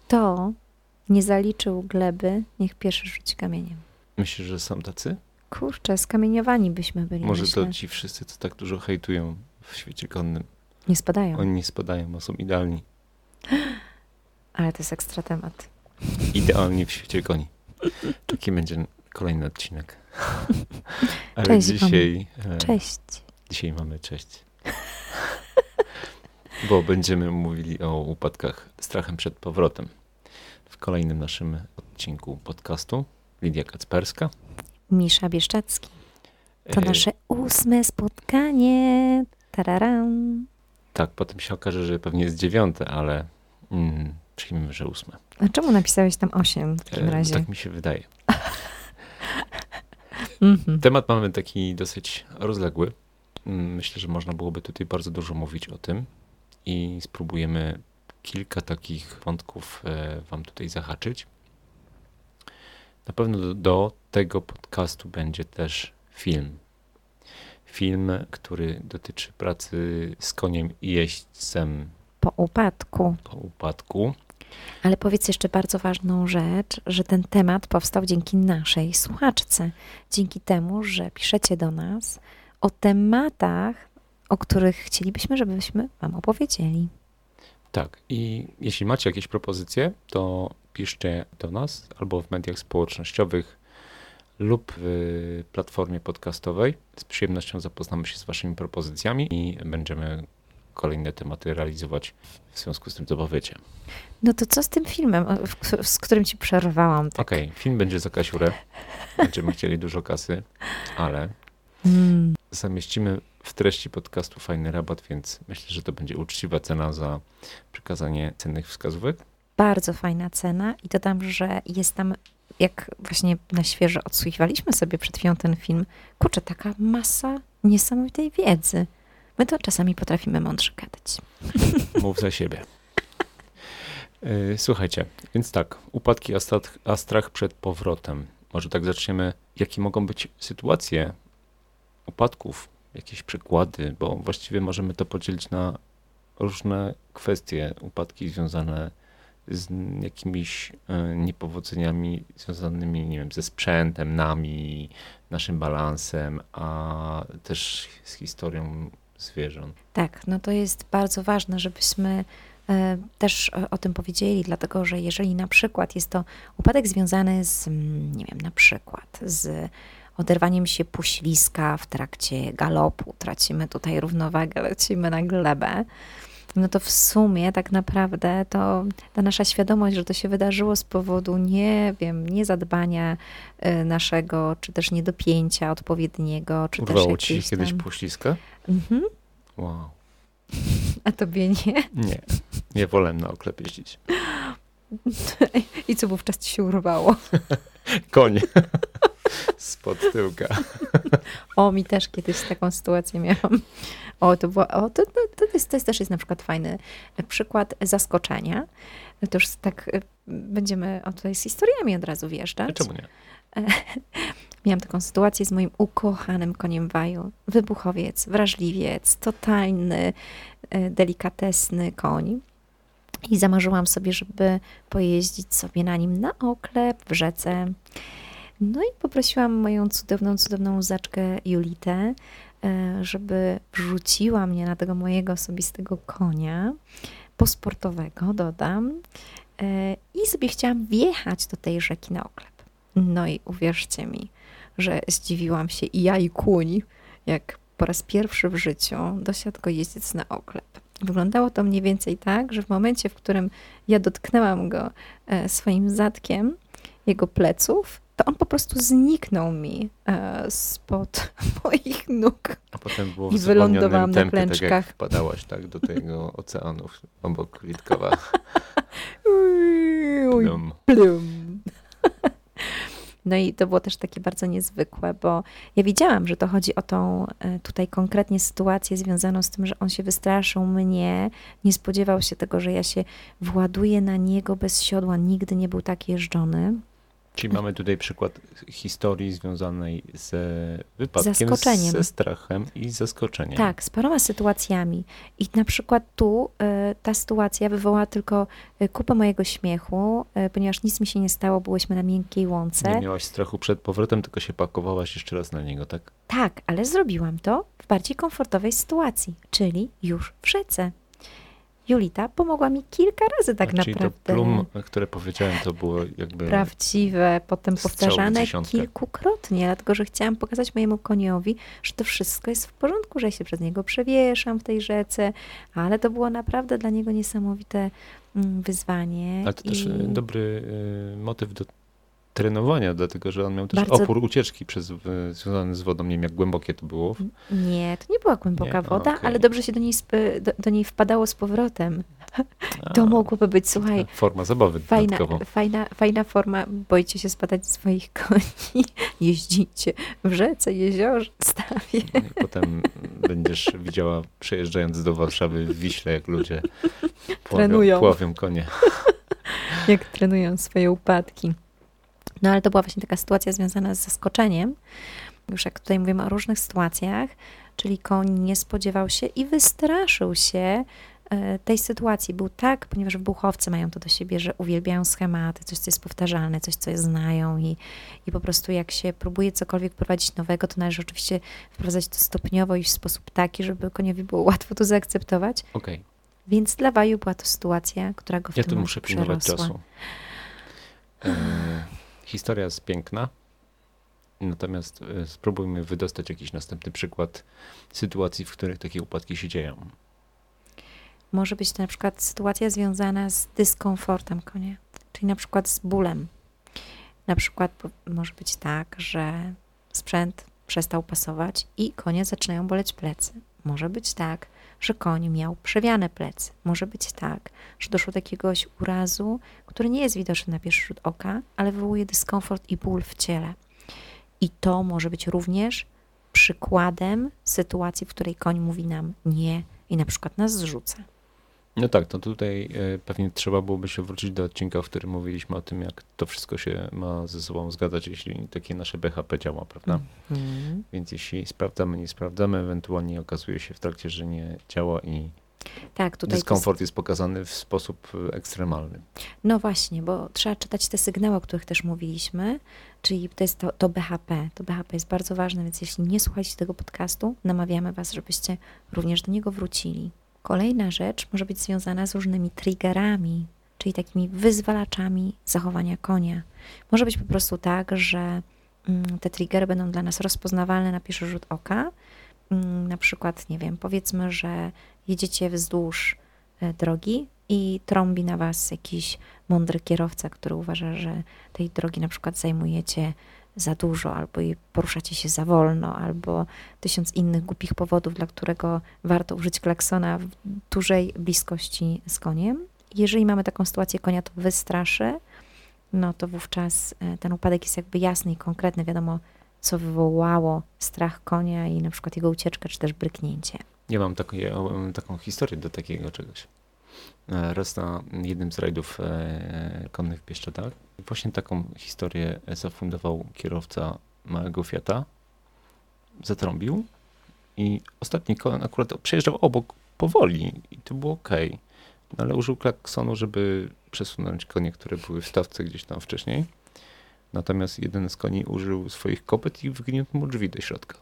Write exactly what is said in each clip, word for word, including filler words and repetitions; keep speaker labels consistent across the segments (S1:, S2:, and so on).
S1: Kto nie zaliczył gleby, niech pierwszy rzuci kamieniem.
S2: Myślisz, że są tacy?
S1: Kurczę, skamieniowani byśmy byli,
S2: Może
S1: myślę.
S2: to ci wszyscy, co tak dużo hejtują w świecie konnym.
S1: Nie spadają.
S2: Oni nie spadają, bo są idealni.
S1: Ale to jest ekstra temat.
S2: Idealni w świecie koni. Taki będzie kolejny odcinek. Ale
S1: Cześć,
S2: dzisiaj...
S1: mamy. Cześć.
S2: Dzisiaj mamy cześć. Bo będziemy mówili o upadkach strachem przed powrotem. W kolejnym naszym odcinku podcastu Lidia Kacperska.
S1: Misza Bieszczacki. To nasze ósme spotkanie. Tararam.
S2: Tak, potem się okaże, że pewnie jest dziewiąte, ale mm, przyjmijmy, że ósme.
S1: A czemu napisałeś tam osiem w takim
S2: e,
S1: razie?
S2: Tak mi się wydaje.
S1: mm-hmm.
S2: Temat mamy taki dosyć rozległy. Myślę, że można byłoby tutaj bardzo dużo mówić o tym i spróbujemy kilka takich wątków e, wam tutaj zahaczyć. Na pewno do, do tego podcastu będzie też film. Film, który dotyczy pracy z koniem i jeźdźcem
S1: Po upadku.
S2: po upadku.
S1: Ale powiedz jeszcze bardzo ważną rzecz, że ten temat powstał dzięki naszej słuchaczce. Dzięki temu, że piszecie do nas o tematach, o których chcielibyśmy, żebyśmy wam opowiedzieli.
S2: Tak, i jeśli macie jakieś propozycje, to piszcie do nas albo w mediach społecznościowych lub w platformie podcastowej. Z przyjemnością zapoznamy się z waszymi propozycjami i będziemy kolejne tematy realizować w związku z tym, co powiecie.
S1: No to co z tym filmem, z którym ci przerwałam? Tak?
S2: Okej, okay, film będzie za Kasiurę. Będziemy chcieli dużo kasy, ale
S1: mm.
S2: zamieścimy w treści podcastu fajny rabat, więc myślę, że to będzie uczciwa cena za przekazanie cennych wskazówek.
S1: Bardzo fajna cena i dodam, że jest tam, jak właśnie na świeżo odsłuchiwaliśmy sobie przed chwilą ten film, kurczę, taka masa niesamowitej wiedzy. My to czasami potrafimy mądrze gadać.
S2: Mów za siebie. Słuchajcie, więc tak, upadki, a strach, a strach przed powrotem. Może tak zaczniemy, jakie mogą być sytuacje upadków, jakieś przykłady, bo właściwie możemy to podzielić na różne kwestie. Upadki związane z jakimiś niepowodzeniami związanymi, nie wiem, ze sprzętem, nami, naszym balansem, a też z historią zwierząt.
S1: Tak, no to jest bardzo ważne, żebyśmy e, też o tym powiedzieli, dlatego że jeżeli na przykład jest to upadek związany z, nie wiem, na przykład z oderwaniem się poślizga w trakcie galopu, tracimy tutaj równowagę, lecimy na glebę, no to w sumie tak naprawdę to ta nasza świadomość, że to się wydarzyło z powodu, nie wiem, niezadbania y, naszego, czy też niedopięcia odpowiedniego, czy
S2: Urwało
S1: też
S2: ci
S1: jakieś
S2: kiedyś
S1: tam...
S2: poślizga?
S1: Mhm.
S2: Wow.
S1: A tobie nie?
S2: Nie, nie wolę na oklep jeździć.
S1: I co wówczas ci się urwało?
S2: Koń. Spod tyłka.
S1: O, mi też kiedyś taką sytuację miałam. O, to było, o, to, to, to, jest, to jest też jest na przykład fajny przykład zaskoczenia. To już tak będziemy o, tutaj z historiami od razu wjeżdżać.
S2: A czemu nie?
S1: Miałam taką sytuację z moim ukochanym koniem Waju. Wybuchowiec, wrażliwiec, totalny, delikatesny koń. I zamarzyłam sobie, żeby pojeździć sobie na nim na oklep w rzece. No i poprosiłam moją cudowną, cudowną łzaczkę Julitę, żeby wrzuciła mnie na tego mojego osobistego konia, posportowego dodam, i sobie chciałam wjechać do tej rzeki na oklep. No i uwierzcie mi, że zdziwiłam się i ja i kuń, jak po raz pierwszy w życiu dosiadł go jeździec na oklep. Wyglądało to mniej więcej tak, że w momencie, w którym ja dotknęłam go swoim zadkiem, jego pleców, to on po prostu zniknął mi e, spod moich nóg.
S2: A potem było
S1: i wylądowałam
S2: tempie,
S1: na klęczkach.
S2: Tak jak wpadałaś tak, do tego oceanu obok Litkowa.
S1: Plum. Plum. No i to było też takie bardzo niezwykłe, bo ja wiedziałam, że to chodzi o tą tutaj konkretnie sytuację związaną z tym, że on się wystraszył mnie, nie spodziewał się tego, że ja się właduję na niego bez siodła, nigdy nie był tak jeżdżony.
S2: Czyli mamy tutaj przykład historii związanej z wypadkiem,
S1: Zaskoczeniem.
S2: ze strachem i zaskoczeniem.
S1: Tak, z paroma sytuacjami. I na przykład tu y, ta sytuacja wywołała tylko y, kupę mojego śmiechu, y, ponieważ nic mi się nie stało, byłyśmy na miękkiej łące.
S2: Nie miałaś strachu przed powrotem, tylko się pakowałaś jeszcze raz na niego, tak?
S1: Tak, ale zrobiłam to w bardziej komfortowej sytuacji, czyli już w rzece. Julita pomogła mi kilka razy tak
S2: A, czyli
S1: naprawdę.
S2: to plum, które powiedziałem, to było jakby...
S1: Prawdziwe, potem
S2: strzał w
S1: powtarzane
S2: dziesiątkę.
S1: kilkukrotnie, dlatego że chciałam pokazać mojemu koniowi, że to wszystko jest w porządku, że ja się przez niego przewieszam w tej rzece, ale to było naprawdę dla niego niesamowite mm, wyzwanie.
S2: Ale to też
S1: i
S2: y, dobry y, motyw do trenowania, dlatego że on miał też
S1: Bardzo-
S2: opór ucieczki przez, y, związany z wodą. Nie wiem, jak głębokie to było.
S1: Nie, to nie była głęboka
S2: Nie?
S1: woda,
S2: Okej.
S1: ale dobrze się do niej, sp- do, do niej wpadało z powrotem.
S2: A,
S1: To mogłoby być, słuchaj,
S2: forma zabawy
S1: Fajna,
S2: dodatkowo.
S1: fajna, fajna forma, boicie się spadać z swoich koni, jeździcie w rzece, jeziorze, stawie.
S2: No i potem będziesz widziała, przejeżdżając do Warszawy w Wiśle, jak ludzie pławią,
S1: Trenują.
S2: pławią konie.
S1: Jak trenują swoje upadki. No ale to była właśnie taka sytuacja związana z zaskoczeniem. Już jak tutaj mówimy o różnych sytuacjach, czyli koń nie spodziewał się i wystraszył się e, tej sytuacji. Był tak, ponieważ wybuchowcy mają to do siebie, że uwielbiają schematy, coś, co jest powtarzalne, coś, co znają i, i po prostu jak się próbuje cokolwiek wprowadzić nowego, to należy oczywiście wprowadzać to stopniowo i w sposób taki, żeby koniowi było łatwo to zaakceptować.
S2: Okej,
S1: Więc dla Waju była to sytuacja, która go w
S2: ja
S1: tym
S2: tu
S1: momencie
S2: muszę pilnować
S1: przerosła.
S2: czasu. E, historia jest piękna, natomiast e, spróbujmy wydostać jakiś następny przykład sytuacji, w których takie upadki się dzieją.
S1: Może być to na przykład sytuacja związana z dyskomfortem konia, czyli na przykład z bólem. Na przykład po- może być tak, że sprzęt przestał pasować i konie zaczynają boleć plecy. Może być tak, że koń miał przewiane plecy. Może być tak, że doszło do jakiegoś urazu, który nie jest widoczny na pierwszy rzut oka, ale wywołuje dyskomfort i ból w ciele. I to może być również przykładem sytuacji, w której koń mówi nam nie i na przykład nas zrzuca.
S2: No tak, to tutaj e, pewnie trzeba byłoby się wrócić do odcinka, w którym mówiliśmy o tym, jak to wszystko się ma ze sobą zgadzać, jeśli takie nasze B H P działa, prawda?
S1: Mhm.
S2: Więc jeśli sprawdzamy, nie sprawdzamy, ewentualnie okazuje się w trakcie, że nie działa i
S1: Tak, tutaj to
S2: dyskomfort jest pokazany w sposób e, ekstremalny.
S1: No właśnie, bo trzeba czytać te sygnały, o których też mówiliśmy, czyli to jest to, to B H P. To B H P jest bardzo ważne, więc jeśli nie słuchacie tego podcastu, namawiamy Was, żebyście również do niego wrócili. Kolejna rzecz może być związana z różnymi triggerami, czyli takimi wyzwalaczami zachowania konia. Może być po prostu tak, że mm, te triggery będą dla nas rozpoznawalne na pierwszy rzut oka. Mm, na przykład, nie wiem, powiedzmy, że jedziecie wzdłuż e, drogi i trąbi na was jakiś mądry kierowca, który uważa, że tej drogi na przykład zajmujecie za dużo, albo jej poruszacie się za wolno, albo tysiąc innych głupich powodów, dla którego warto użyć klaksona w dużej bliskości z koniem. Jeżeli mamy taką sytuację, konia to wystraszy, no to wówczas e, ten upadek jest jakby jasny i konkretny, wiadomo, co wywołało strach konia i na przykład jego ucieczkę, czy też bryknięcie.
S2: Ja mam takie, o, taką historię do takiego czegoś. E, Raz na jednym z rajdów e, konnych w Bieszczadach właśnie taką historię zafundował kierowca małego Fiata. Zatrąbił i ostatni koń akurat przejeżdżał obok powoli i to było okej. No ale użył klaksonu, żeby przesunąć konie, które były w stawce gdzieś tam wcześniej. Natomiast jeden z koni użył swoich kopyt i wygniótł mu drzwi do środka.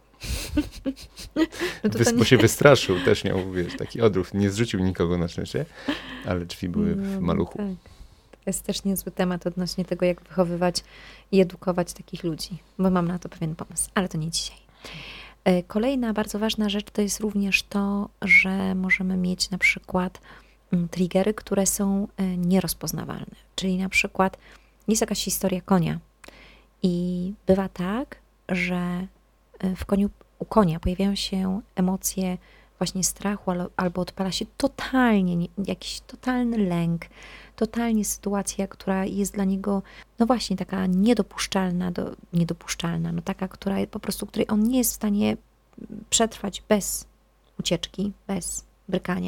S1: No to
S2: Wys-
S1: to
S2: Bo
S1: nie-
S2: się wystraszył, też miał, wiesz, taki odruch. Nie zrzucił nikogo na szczęście, ale drzwi były w
S1: No,
S2: maluchu.
S1: Tak. To jest też niezły temat odnośnie tego, jak wychowywać i edukować takich ludzi, bo mam na to pewien pomysł, ale to nie dzisiaj. E, Kolejna bardzo ważna rzecz to jest również to, że możemy mieć na przykład mm, triggery, które są e, nierozpoznawalne. Czyli na przykład jest jakaś historia konia i bywa tak, że e, w koniu, u konia pojawiają się emocje właśnie strachu al- albo odpala się totalnie, nie- jakiś totalny lęk, totalnie sytuacja, która jest dla niego, no właśnie, taka niedopuszczalna, do, niedopuszczalna, no taka, która po prostu, której on nie jest w stanie przetrwać bez ucieczki, bez brykania.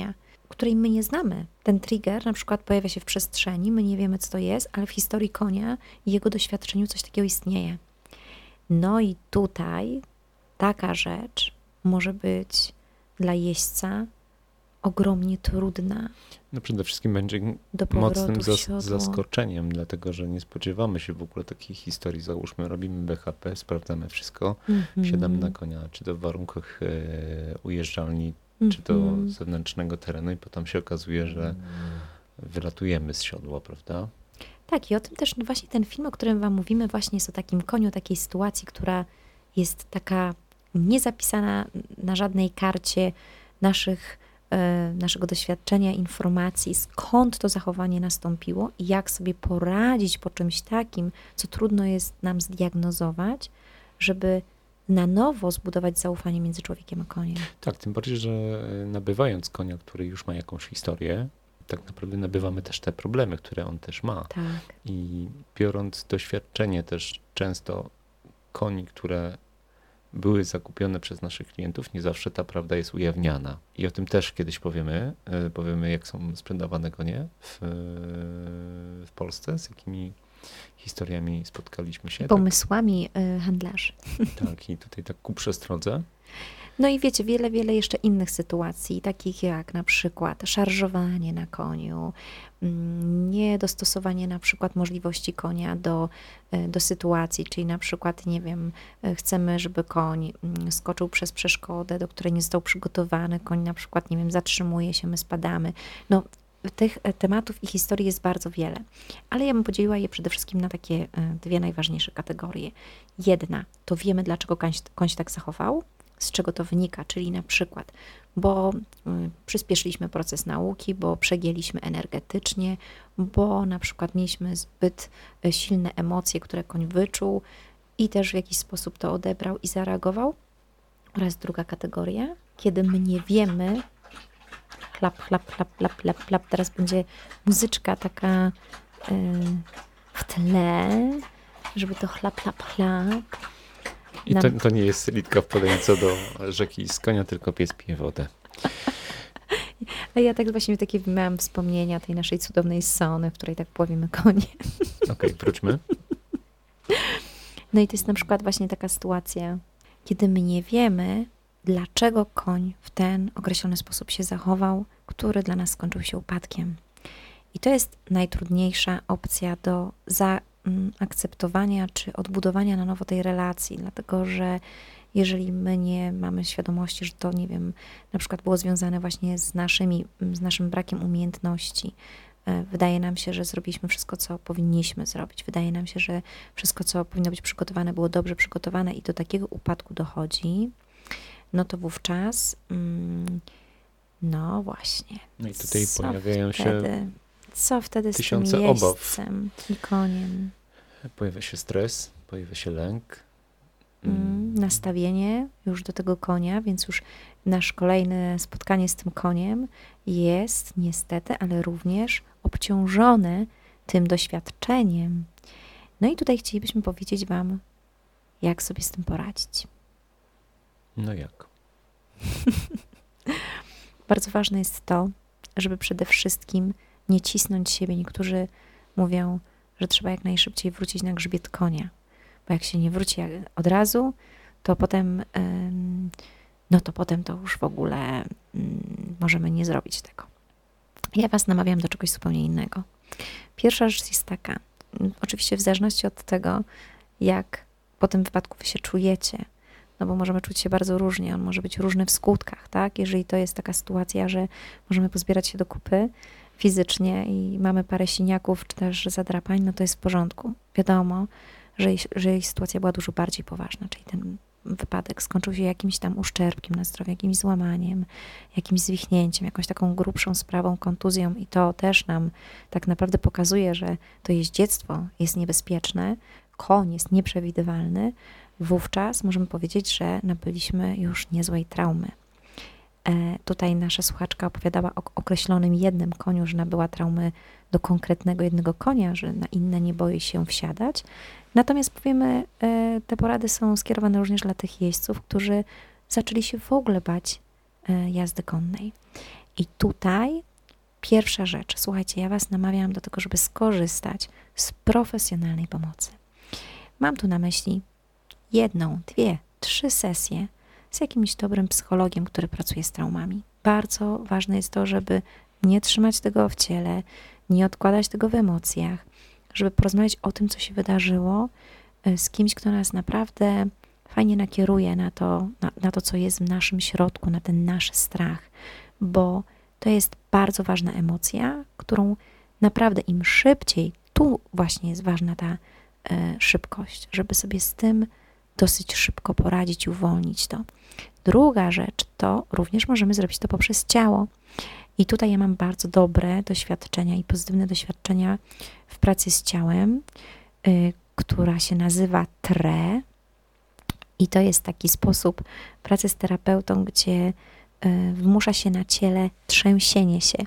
S1: której my nie znamy. Ten trigger na przykład pojawia się w przestrzeni, my nie wiemy, co to jest, ale w historii konia i jego doświadczeniu coś takiego istnieje. No i tutaj taka rzecz może być dla jeźdźca ogromnie trudna.
S2: No przede wszystkim będzie
S1: do
S2: mocnym
S1: powrotu w
S2: zas-
S1: siodło.
S2: zaskoczeniem, dlatego że nie spodziewamy się w ogóle takiej historii. Załóżmy, robimy B H P, sprawdzamy wszystko,
S1: Mhm.
S2: siadamy na konia, czy to w warunkach e, ujeżdżalni, czy to
S1: Mhm.
S2: zewnętrznego terenu i potem się okazuje, że wylatujemy z siodła, prawda?
S1: Tak, i o tym też no właśnie ten film, o którym wam mówimy, właśnie jest o takim koniu, takiej sytuacji, która jest taka niezapisana na żadnej karcie naszych, e, naszego doświadczenia, informacji, skąd to zachowanie nastąpiło i jak sobie poradzić po czymś takim, co trudno jest nam zdiagnozować, żeby na nowo zbudować zaufanie między człowiekiem a koniem.
S2: Tak, tym bardziej, że nabywając konia, który już ma jakąś historię, tak naprawdę nabywamy też te problemy, które on też ma.
S1: Tak.
S2: I biorąc doświadczenie też często koni, które były zakupione przez naszych klientów, nie zawsze ta prawda jest ujawniana. I o tym też kiedyś powiemy, e, powiemy jak są sprzedawane konie w, w Polsce, z jakimi historiami spotkaliśmy się.
S1: Pomysłami y, handlarzy.
S2: Tak, tak, i tutaj tak ku przestrodze.
S1: No i wiecie, wiele, wiele jeszcze innych sytuacji, takich jak na przykład szarżowanie na koniu, mm, niedostosowanie na przykład możliwości konia do, e, do sytuacji, czyli na przykład, nie wiem, e, chcemy, żeby koń mm, skoczył przez przeszkodę, do której nie został przygotowany, koń na przykład, nie wiem, zatrzymuje się, my spadamy. No, tych e, tematów i historii jest bardzo wiele, ale ja bym podzieliła je przede wszystkim na takie e, dwie najważniejsze kategorie. Jedna, to wiemy, dlaczego koń, koń się tak zachował, z czego to wynika, czyli na przykład, bo y, przyspieszyliśmy proces nauki, bo przegięliśmy energetycznie, bo na przykład mieliśmy zbyt y, silne emocje, które koń wyczuł i też w jakiś sposób to odebrał i zareagował. Oraz druga kategoria, kiedy my nie wiemy, chlap, chlap, chlap, chlap, chlap, chlap, teraz będzie muzyczka taka y, w tle, żeby to chlap, chlap, chlap.
S2: I to, to nie jest litka wpadająca do rzeki z konia, tylko pies pije wodę.
S1: A ja tak właśnie takie miałam wspomnienia tej naszej cudownej Sony, w której tak pławimy konie.
S2: Okej, okay, wróćmy.
S1: No i to jest na przykład właśnie taka sytuacja, kiedy my nie wiemy, dlaczego koń w ten określony sposób się zachował, który dla nas skończył się upadkiem. I to jest najtrudniejsza opcja do zaakceptowania czy odbudowania na nowo tej relacji, dlatego że jeżeli my nie mamy świadomości, że to, nie wiem, na przykład było związane właśnie z, naszymi, z naszym brakiem umiejętności, wydaje nam się, że zrobiliśmy wszystko, co powinniśmy zrobić, wydaje nam się, że wszystko, co powinno być przygotowane, było dobrze przygotowane i do takiego upadku dochodzi, no to wówczas, mm, no właśnie.
S2: No i tutaj
S1: co
S2: pojawiają
S1: wtedy,
S2: się
S1: co wtedy z
S2: tysiące
S1: tym
S2: obaw.
S1: jeźdźcem i koniem?
S2: Pojawia się stres, pojawia się lęk.
S1: Mm, nastawienie już do tego konia, więc już nasze kolejne spotkanie z tym koniem jest niestety, ale również obciążone tym doświadczeniem. No i tutaj chcielibyśmy powiedzieć wam, jak sobie z tym poradzić.
S2: No jak?
S1: Bardzo ważne jest to, żeby przede wszystkim nie cisnąć siebie. Niektórzy mówią, że trzeba jak najszybciej wrócić na grzbiet konia, bo jak się nie wróci od razu, to potem, no to potem to już w ogóle możemy nie zrobić tego. Ja was namawiam do czegoś zupełnie innego. Pierwsza rzecz jest taka, oczywiście w zależności od tego, jak po tym wypadku wy się czujecie, no bo możemy czuć się bardzo różnie, on może być różny w skutkach, tak? Jeżeli to jest taka sytuacja, że możemy pozbierać się do kupy fizycznie i mamy parę siniaków czy też zadrapań, no to jest w porządku. Wiadomo, że, że jej sytuacja była dużo bardziej poważna, czyli ten wypadek skończył się jakimś tam uszczerbkiem na zdrowiu, jakimś złamaniem, jakimś zwichnięciem, jakąś taką grubszą sprawą, kontuzją i to też nam tak naprawdę pokazuje, że to jeździectwo jest niebezpieczne, koń jest nieprzewidywalny, wówczas możemy powiedzieć, że nabyliśmy już niezłej traumy. E, tutaj nasza słuchaczka opowiadała o określonym jednym koniu, że nabyła traumy do konkretnego jednego konia, że na inne nie boi się wsiadać. Natomiast powiemy, e, te porady są skierowane również dla tych jeźdźców, którzy zaczęli się w ogóle bać e, jazdy konnej. I tutaj pierwsza rzecz, słuchajcie, ja Was namawiam do tego, żeby skorzystać z profesjonalnej pomocy. Mam tu na myśli jedną, dwie, trzy sesje z jakimś dobrym psychologiem, który pracuje z traumami. Bardzo ważne jest to, żeby nie trzymać tego w ciele, nie odkładać tego w emocjach, żeby porozmawiać o tym, co się wydarzyło, z kimś, kto nas naprawdę fajnie nakieruje na to, na, na to, co jest w naszym środku, na ten nasz strach, bo to jest bardzo ważna emocja, którą naprawdę im szybciej, tu właśnie jest ważna ta e, szybkość, żeby sobie z tym dosyć szybko poradzić i uwolnić to. Druga rzecz to również możemy zrobić to poprzez ciało. I tutaj ja mam bardzo dobre doświadczenia i pozytywne doświadczenia w pracy z ciałem, y, która się nazywa T R E. I to jest taki sposób pracy z terapeutą, gdzie y, wmusza się na ciele trzęsienie się.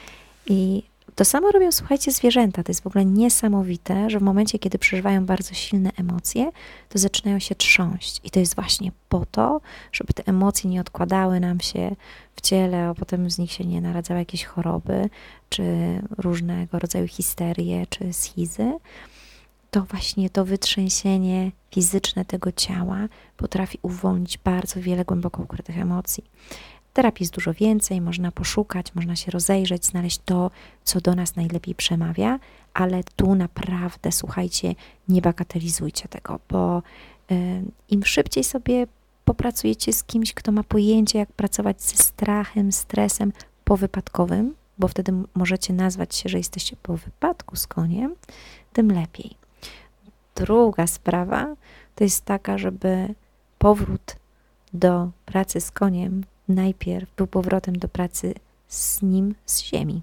S1: I to samo robią, słuchajcie, zwierzęta. To jest w ogóle niesamowite, że w momencie, kiedy przeżywają bardzo silne emocje, to zaczynają się trząść. I to jest właśnie po to, żeby te emocje nie odkładały nam się w ciele, a potem z nich się nie naradzały jakieś choroby, czy różnego rodzaju histerie, czy schizy. To właśnie to wytrzęsienie fizyczne tego ciała potrafi uwolnić bardzo wiele głęboko ukrytych emocji. Terapii jest dużo więcej, można poszukać, można się rozejrzeć, znaleźć to, co do nas najlepiej przemawia, ale tu naprawdę, słuchajcie, nie bagatelizujcie tego, bo y, im szybciej sobie popracujecie z kimś, kto ma pojęcie, jak pracować ze strachem, stresem powypadkowym, bo wtedy możecie nazwać się, że jesteście po wypadku z koniem, tym lepiej. Druga sprawa to jest taka, żeby powrót do pracy z koniem najpierw był powrotem do pracy z nim z ziemi.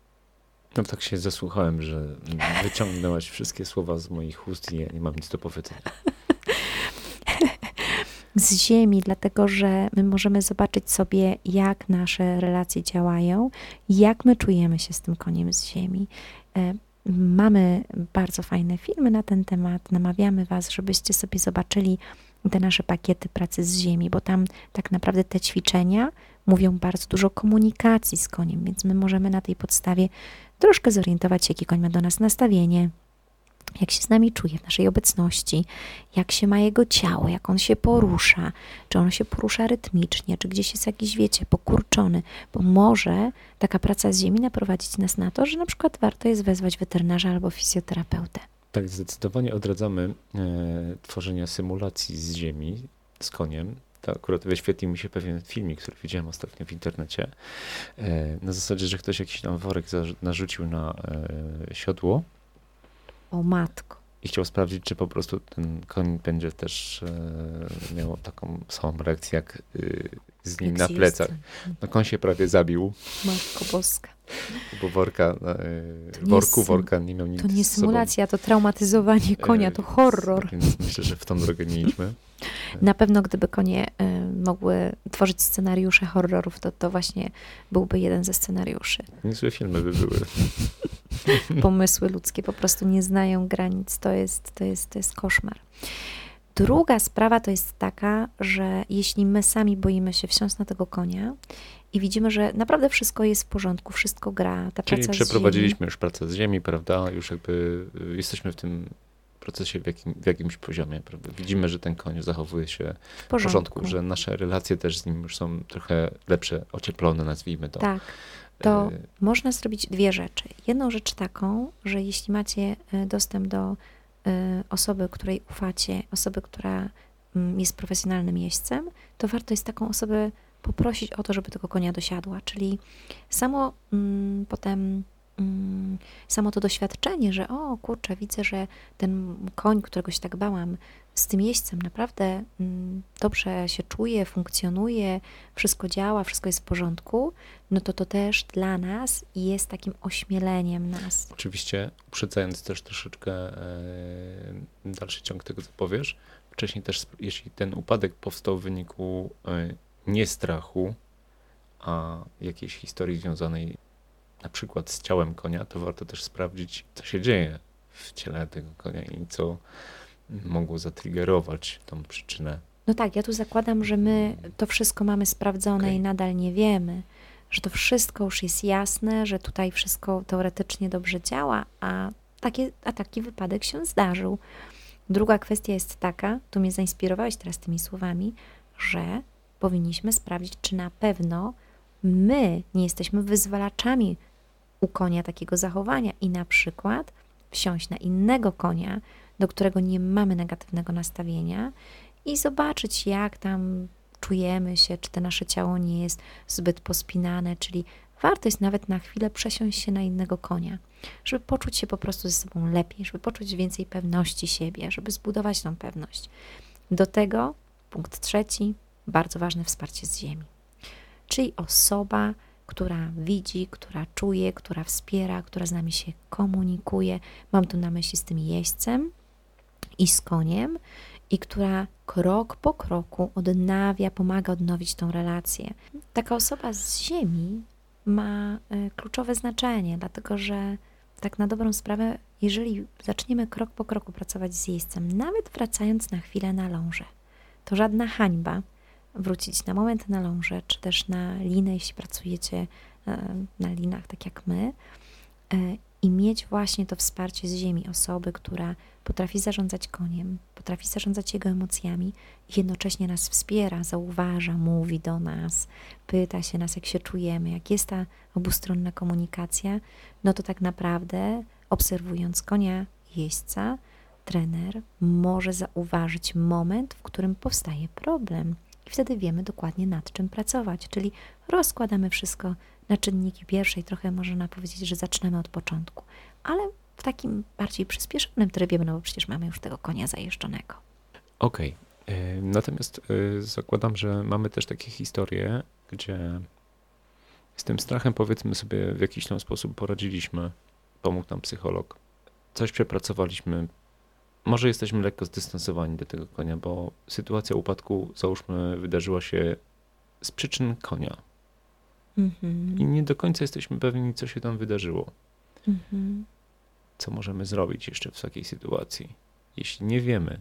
S2: No tak się zasłuchałem, że wyciągnęłaś wszystkie słowa z moich ust i ja nie mam nic do powiedzenia.
S1: Z ziemi, dlatego że my możemy zobaczyć sobie, jak nasze relacje działają, jak my czujemy się z tym koniem z ziemi. Mamy bardzo fajne filmy na ten temat. Namawiamy Was, żebyście sobie zobaczyli te nasze pakiety pracy z ziemi, bo tam tak naprawdę te ćwiczenia mówią bardzo dużo o komunikacji z koniem, więc my możemy na tej podstawie troszkę zorientować się, jakie koń ma do nas nastawienie, jak się z nami czuje w naszej obecności, jak się ma jego ciało, jak on się porusza, czy on się porusza rytmicznie, czy gdzieś jest jakiś, wiecie, pokurczony, bo może taka praca z ziemi naprowadzić nas na to, że na przykład warto jest wezwać weterynarza albo fizjoterapeutę.
S2: Tak, zdecydowanie odradzamy e, tworzenia symulacji z ziemi, z koniem. To akurat wyświetlił mi się pewien filmik, który widziałem ostatnio w internecie. E, na zasadzie, że ktoś jakiś tam worek zarzu- narzucił na e, siodło.
S1: O matko.
S2: I chciał sprawdzić, czy po prostu ten koń będzie też e, miał taką samą reakcję jak y, z nim na plecach. No koń się prawie zabił.
S1: Matko boska.
S2: Bo worka, y, worku worka nie miał nic.
S1: To nie symulacja, to traumatyzowanie konia, to horror.
S2: Więc myślę, że w tą drogę nie idźmy.
S1: Na pewno gdyby konie y, mogły tworzyć scenariusze horrorów, to to właśnie byłby jeden ze scenariuszy.
S2: Niezłe filmy by były.
S1: Pomysły ludzkie po prostu nie znają granic. To jest, to jest, to jest koszmar. Druga sprawa to jest taka, że jeśli my sami boimy się wsiąść na tego konia i widzimy, że naprawdę wszystko jest w porządku, wszystko gra, ta
S2: Czyli
S1: praca
S2: przeprowadziliśmy
S1: z ziemi,
S2: już pracę z ziemi, prawda? Już jakby jesteśmy w tym procesie w, jakim, w jakimś poziomie, prawda? Widzimy, że ten koń zachowuje się w porządku. porządku, że nasze relacje też z nim już są trochę lepsze, ocieplone, nazwijmy to.
S1: Tak. To y- można zrobić dwie rzeczy. Jedną rzecz taką, że jeśli macie dostęp do y, osoby, której ufacie, osoby, która y, jest profesjonalnym jeźdźcem, to warto jest taką osobę poprosić o to, żeby tego konia dosiadła. Czyli samo mm, potem mm, samo to doświadczenie, że o kurczę, widzę, że ten koń, którego się tak bałam, z tym jeźdźcem naprawdę mm, dobrze się czuje, funkcjonuje, wszystko działa, wszystko jest w porządku, no to to też dla nas jest takim ośmieleniem nas.
S2: Oczywiście, uprzedzając też troszeczkę e, dalszy ciąg tego, co powiesz, wcześniej też, jeśli ten upadek powstał w wyniku e, nie strachu, a jakiejś historii związanej na przykład z ciałem konia, to warto też sprawdzić, co się dzieje w ciele tego konia i co mogło zatriggerować tą przyczynę.
S1: No tak, ja tu zakładam, że my to wszystko mamy sprawdzone
S2: Okay.
S1: i nadal nie wiemy, że to wszystko już jest jasne, że tutaj wszystko teoretycznie dobrze działa, a, takie, a taki wypadek się zdarzył. Druga kwestia jest taka, tu mnie zainspirowałeś teraz tymi słowami, że powinniśmy sprawdzić, czy na pewno my nie jesteśmy wyzwalaczami u konia takiego zachowania i na przykład wsiąść na innego konia, do którego nie mamy negatywnego nastawienia i zobaczyć, jak tam czujemy się, czy to nasze ciało nie jest zbyt pospinane, czyli warto jest nawet na chwilę przesiąść się na innego konia, żeby poczuć się po prostu ze sobą lepiej, żeby poczuć więcej pewności siebie, żeby zbudować tą pewność. Do tego punkt trzeci, bardzo ważne wsparcie z ziemi. Czyli osoba, która widzi, która czuje, która wspiera, która z nami się komunikuje. Mam tu na myśli z tym jeźdźcem i z koniem i która krok po kroku odnawia, pomaga odnowić tą relację. Taka osoba z ziemi ma kluczowe znaczenie, dlatego że tak na dobrą sprawę, jeżeli zaczniemy krok po kroku pracować z jeźdźcem, nawet wracając na chwilę na lążę, to żadna hańba wrócić na moment na lążę, czy też na linę, jeśli pracujecie na linach, tak jak my, i mieć właśnie to wsparcie z ziemi osoby, która potrafi zarządzać koniem, potrafi zarządzać jego emocjami i jednocześnie nas wspiera, zauważa, mówi do nas, pyta się nas, jak się czujemy, jak jest ta obustronna komunikacja, no to tak naprawdę obserwując konia, jeźdźca, trener może zauważyć moment, w którym powstaje problem. I wtedy wiemy dokładnie, nad czym pracować, czyli rozkładamy wszystko na czynniki pierwsze i trochę można powiedzieć, że zaczynamy od początku, ale w takim bardziej przyspieszonym trybie, no bo przecież mamy już tego konia zajeżdżonego.
S2: Okej, okay. Natomiast y, zakładam, że mamy też takie historie, gdzie z tym strachem, powiedzmy sobie, w jakiś tam sposób poradziliśmy, pomógł nam psycholog, coś przepracowaliśmy, może jesteśmy lekko zdystansowani do tego konia, bo sytuacja upadku, załóżmy, wydarzyła się z przyczyn konia. Mm-hmm. I nie do końca jesteśmy pewni, co się tam wydarzyło. Mm-hmm. Co możemy zrobić jeszcze w takiej sytuacji, jeśli nie wiemy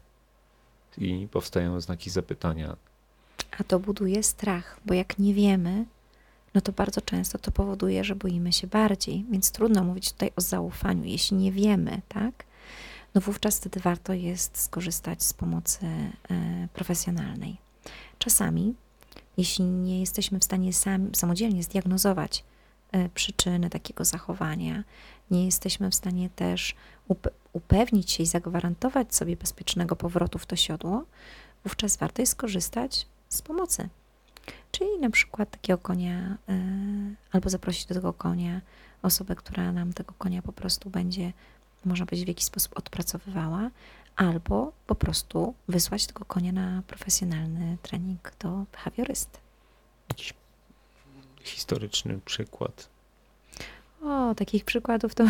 S2: i powstają znaki zapytania.
S1: A to buduje strach, bo jak nie wiemy, no to bardzo często to powoduje, że boimy się bardziej, więc trudno mówić tutaj o zaufaniu, jeśli nie wiemy, tak? No wówczas wtedy warto jest skorzystać z pomocy e, profesjonalnej. Czasami, jeśli nie jesteśmy w stanie sam, samodzielnie zdiagnozować e, przyczyny takiego zachowania, nie jesteśmy w stanie też up- upewnić się i zagwarantować sobie bezpiecznego powrotu w to siodło, wówczas warto jest skorzystać z pomocy. Czyli na przykład takiego konia, e, albo zaprosić do tego konia osobę, która nam tego konia po prostu będzie, można powiedzieć, w jakiś sposób odpracowywała, albo po prostu wysłać tego konia na profesjonalny trening do behawiorysty.
S2: Jakiś historyczny przykład?
S1: O, takich przykładów to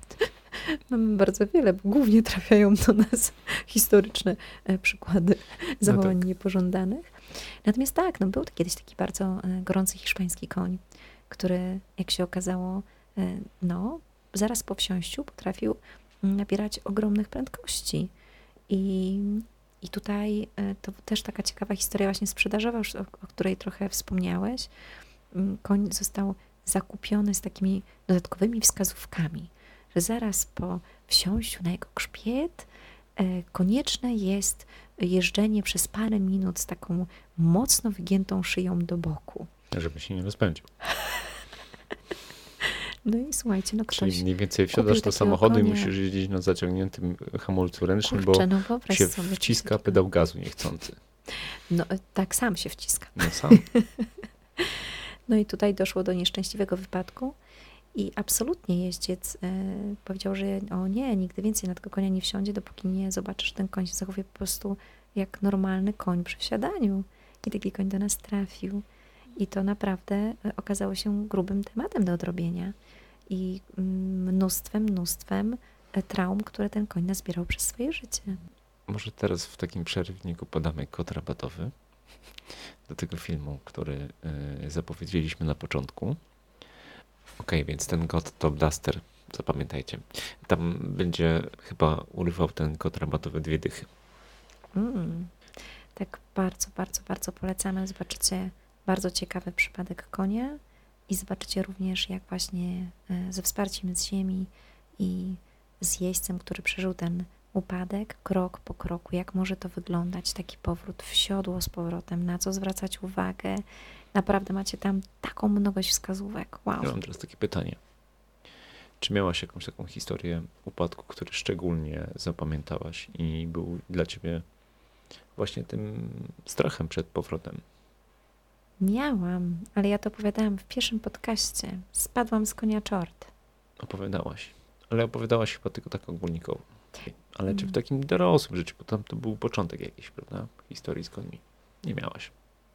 S1: mamy bardzo wiele, bo głównie trafiają do nas historyczne przykłady zachowań no tak. niepożądanych. Natomiast tak, no był to kiedyś taki bardzo gorący hiszpański koń, który, jak się okazało, no zaraz po wsiąściu potrafił nabierać ogromnych prędkości. I, i tutaj to też taka ciekawa historia właśnie sprzedażowa, już o, o której trochę wspomniałeś. Koń został zakupiony z takimi dodatkowymi wskazówkami, że zaraz po wsiąściu na jego grzbiet e, konieczne jest jeżdżenie przez parę minut z taką mocno wygiętą szyją do boku.
S2: Żeby się nie rozpędził.
S1: No i słuchajcie, no ktoś...
S2: Czyli mniej więcej wsiadasz do samochodu konia. I musisz jeździć na zaciągniętym hamulcu ręcznym, Kurczę, bo no się sobie, wciska pedał gazu niechcący.
S1: No tak sam się wciska.
S2: No sam.
S1: No i tutaj doszło do nieszczęśliwego wypadku i absolutnie jeździec e, powiedział, że o nie, nigdy więcej na tego konia nie wsiądzie, dopóki nie zobaczysz, że ten koń się zachowuje po prostu jak normalny koń przy wsiadaniu. I taki koń do nas trafił. I to naprawdę okazało się grubym tematem do odrobienia i mnóstwem, mnóstwem traum, które ten koń nazbierał przez swoje życie.
S2: Może teraz w takim przerywniku podamy kod rabatowy do tego filmu, który y, zapowiedzieliśmy na początku. Ok, więc ten kod to Blaster, zapamiętajcie. Tam będzie chyba urywał ten kod rabatowy dwie dychy.
S1: Mm, tak bardzo, bardzo, bardzo polecamy. Zobaczycie bardzo ciekawy przypadek konia, I zobaczycie również, jak właśnie e, ze wsparciem z ziemi i z jeźdźcem, który przeżył ten upadek, krok po kroku, jak może to wyglądać, taki powrót w siodło z powrotem, na co zwracać uwagę. Naprawdę macie tam taką mnogość wskazówek. Wow.
S2: Ja mam teraz takie pytanie. Czy miałaś jakąś taką historię upadku, który szczególnie zapamiętałaś i był dla ciebie właśnie tym strachem przed powrotem?
S1: Miałam, ale ja to opowiadałam w pierwszym podcaście. Spadłam z konia czort.
S2: Opowiadałaś, ale opowiadałaś chyba tylko tak ogólnikowo. Ale czy w
S1: Mm.
S2: takim dorosłym życiu, bo tam to był początek jakiś, prawda? Historii z końmi. Nie miałaś.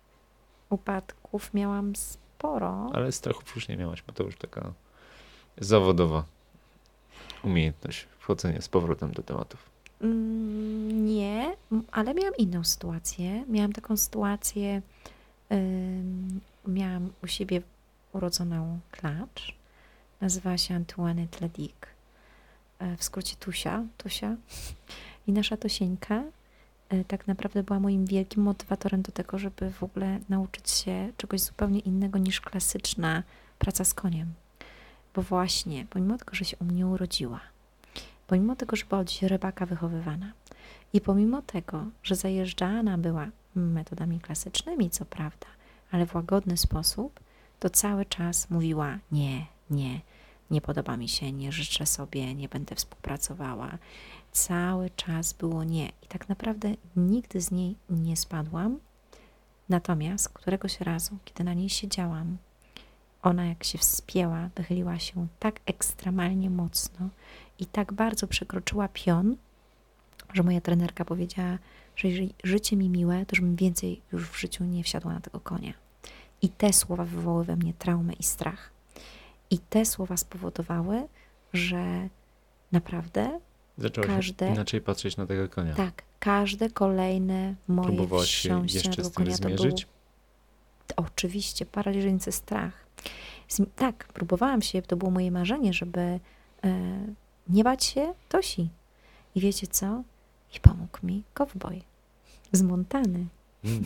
S1: Upadków miałam sporo.
S2: Ale strachów już nie miałaś, bo to już taka zawodowa umiejętność wchodzenia z powrotem do tematów.
S1: Mm, Nie, m, ale miałam inną sytuację. Miałam taką sytuację, ym, miałam u siebie urodzoną klacz. Nazywała się Antoinette Ledic. E, W skrócie Tusia, Tusia. I nasza Tosieńka e, tak naprawdę była moim wielkim motywatorem do tego, żeby w ogóle nauczyć się czegoś zupełnie innego niż klasyczna praca z koniem. Bo właśnie, pomimo tego, że się u mnie urodziła, pomimo tego, że była od źrebaka wychowywana i pomimo tego, że zajeżdżana była metodami klasycznymi, co prawda, ale w łagodny sposób, to cały czas mówiła nie, nie, nie podoba mi się, nie życzę sobie, nie będę współpracowała. Cały czas było nie i tak naprawdę nigdy z niej nie spadłam. Natomiast któregoś razu, kiedy na niej siedziałam, ona jak się wspięła, wychyliła się tak ekstremalnie mocno i tak bardzo przekroczyła pion, że moja trenerka powiedziała, że jeżeli życie mi miłe, to żebym więcej już w życiu nie wsiadła na tego konia. I te słowa wywołały we mnie traumę i strach. I te słowa spowodowały, że naprawdę
S2: Zaczęłaś
S1: każde,
S2: inaczej patrzeć na tego konia.
S1: tak, każde kolejne moje
S2: Próbowałaś się
S1: wsiąście na
S2: jeszcze
S1: tego
S2: z tym
S1: konia to był
S2: zmierzyć?
S1: oczywiście paraliżujący strach. Zm- Tak, próbowałam się, to było moje marzenie, żeby e, nie bać się Tosi. I wiecie co? I pomógł mi kowboj z Montany.
S2: Mm.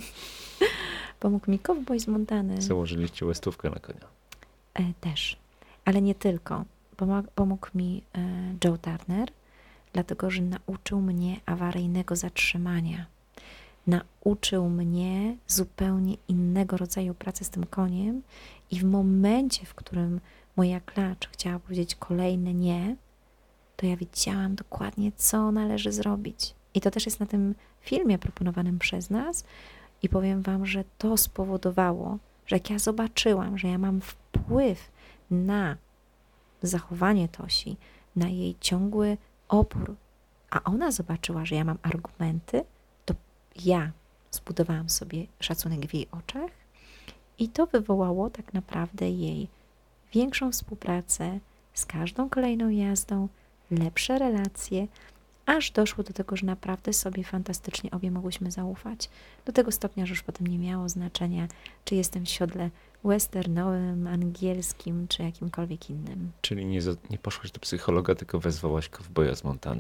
S1: Pomógł mi kowboj z Montany.
S2: Założyliście łestówkę na konia.
S1: E, też, ale nie tylko. Pomog, pomógł mi e, Joe Turner, dlatego że nauczył mnie awaryjnego zatrzymania. Nauczył mnie zupełnie innego rodzaju pracy z tym koniem i w momencie, w którym moja klacz chciała powiedzieć kolejne nie, to ja wiedziałam dokładnie, co należy zrobić. I to też jest na tym filmie proponowanym przez nas i powiem wam, że to spowodowało, że jak ja zobaczyłam, że ja mam wpływ na zachowanie Tosi, na jej ciągły opór, a ona zobaczyła, że ja mam argumenty, to ja zbudowałam sobie szacunek w jej oczach i to wywołało tak naprawdę jej większą współpracę z każdą kolejną jazdą, lepsze relacje, aż doszło do tego, że naprawdę sobie fantastycznie obie mogłyśmy zaufać. Do tego stopnia, że już potem nie miało znaczenia, czy jestem w siodle westernowym, angielskim, czy jakimkolwiek innym.
S2: Czyli nie, za, nie poszłaś do psychologa, tylko wezwałaś kowboja z Montany.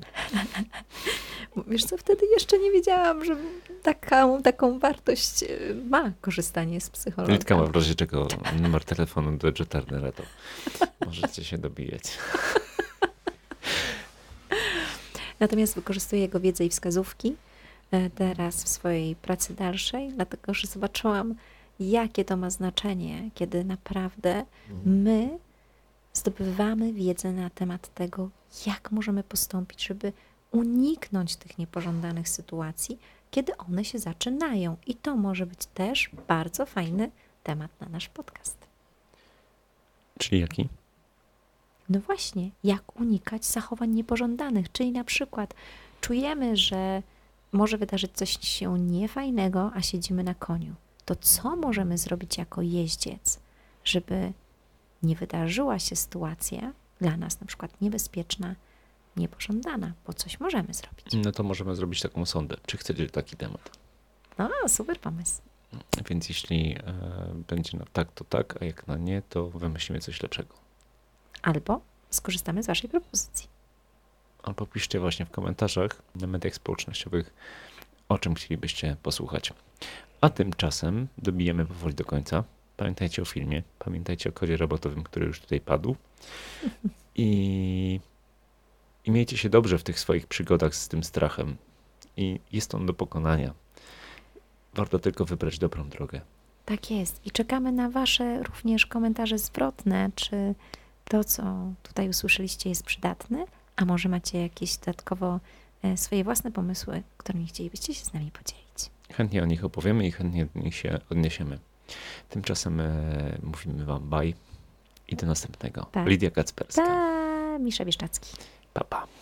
S1: Bo wiesz co, wtedy jeszcze nie wiedziałam, że taką, taką wartość y, ma korzystanie z psychologa.
S2: Litka ma w razie czego numer telefonu do Joe Turnera, to możecie się dobijać.
S1: Natomiast wykorzystuję jego wiedzę i wskazówki e, teraz w swojej pracy dalszej, dlatego że zobaczyłam, jakie to ma znaczenie, kiedy naprawdę my zdobywamy wiedzę na temat tego, jak możemy postąpić, żeby uniknąć tych niepożądanych sytuacji, kiedy one się zaczynają. I to może być też bardzo fajny temat na nasz podcast.
S2: Czyli jaki?
S1: No właśnie, jak unikać zachowań niepożądanych, czyli na przykład czujemy, że może wydarzyć coś się niefajnego, a siedzimy na koniu. To co możemy zrobić jako jeździec, żeby nie wydarzyła się sytuacja dla nas na przykład niebezpieczna, niepożądana, bo coś możemy zrobić.
S2: No to możemy zrobić taką sondę. Czy chcecie taki temat?
S1: No, super pomysł.
S2: Więc jeśli e, będzie na tak, to tak, a jak na nie, to wymyślimy coś lepszego.
S1: Albo skorzystamy z waszej propozycji.
S2: Albo piszcie właśnie w komentarzach na mediach społecznościowych, o czym chcielibyście posłuchać. A tymczasem dobijemy powoli do końca. Pamiętajcie o filmie, pamiętajcie o kodzie robotowym, który już tutaj padł. I, I miejcie się dobrze w tych swoich przygodach z tym strachem. I jest on do pokonania. Warto tylko wybrać dobrą drogę.
S1: Tak jest. I czekamy na wasze również komentarze zwrotne, czy to, co tutaj usłyszeliście, jest przydatne, a może macie jakieś dodatkowo e, swoje własne pomysły, którymi chcielibyście się z nami podzielić.
S2: Chętnie o nich opowiemy i chętnie do nich się odniesiemy. Tymczasem e, mówimy wam bye i do następnego.
S1: Tak.
S2: Lidia Kacperska.
S1: Pa, Misza Bieszczacki.
S2: Pa, pa.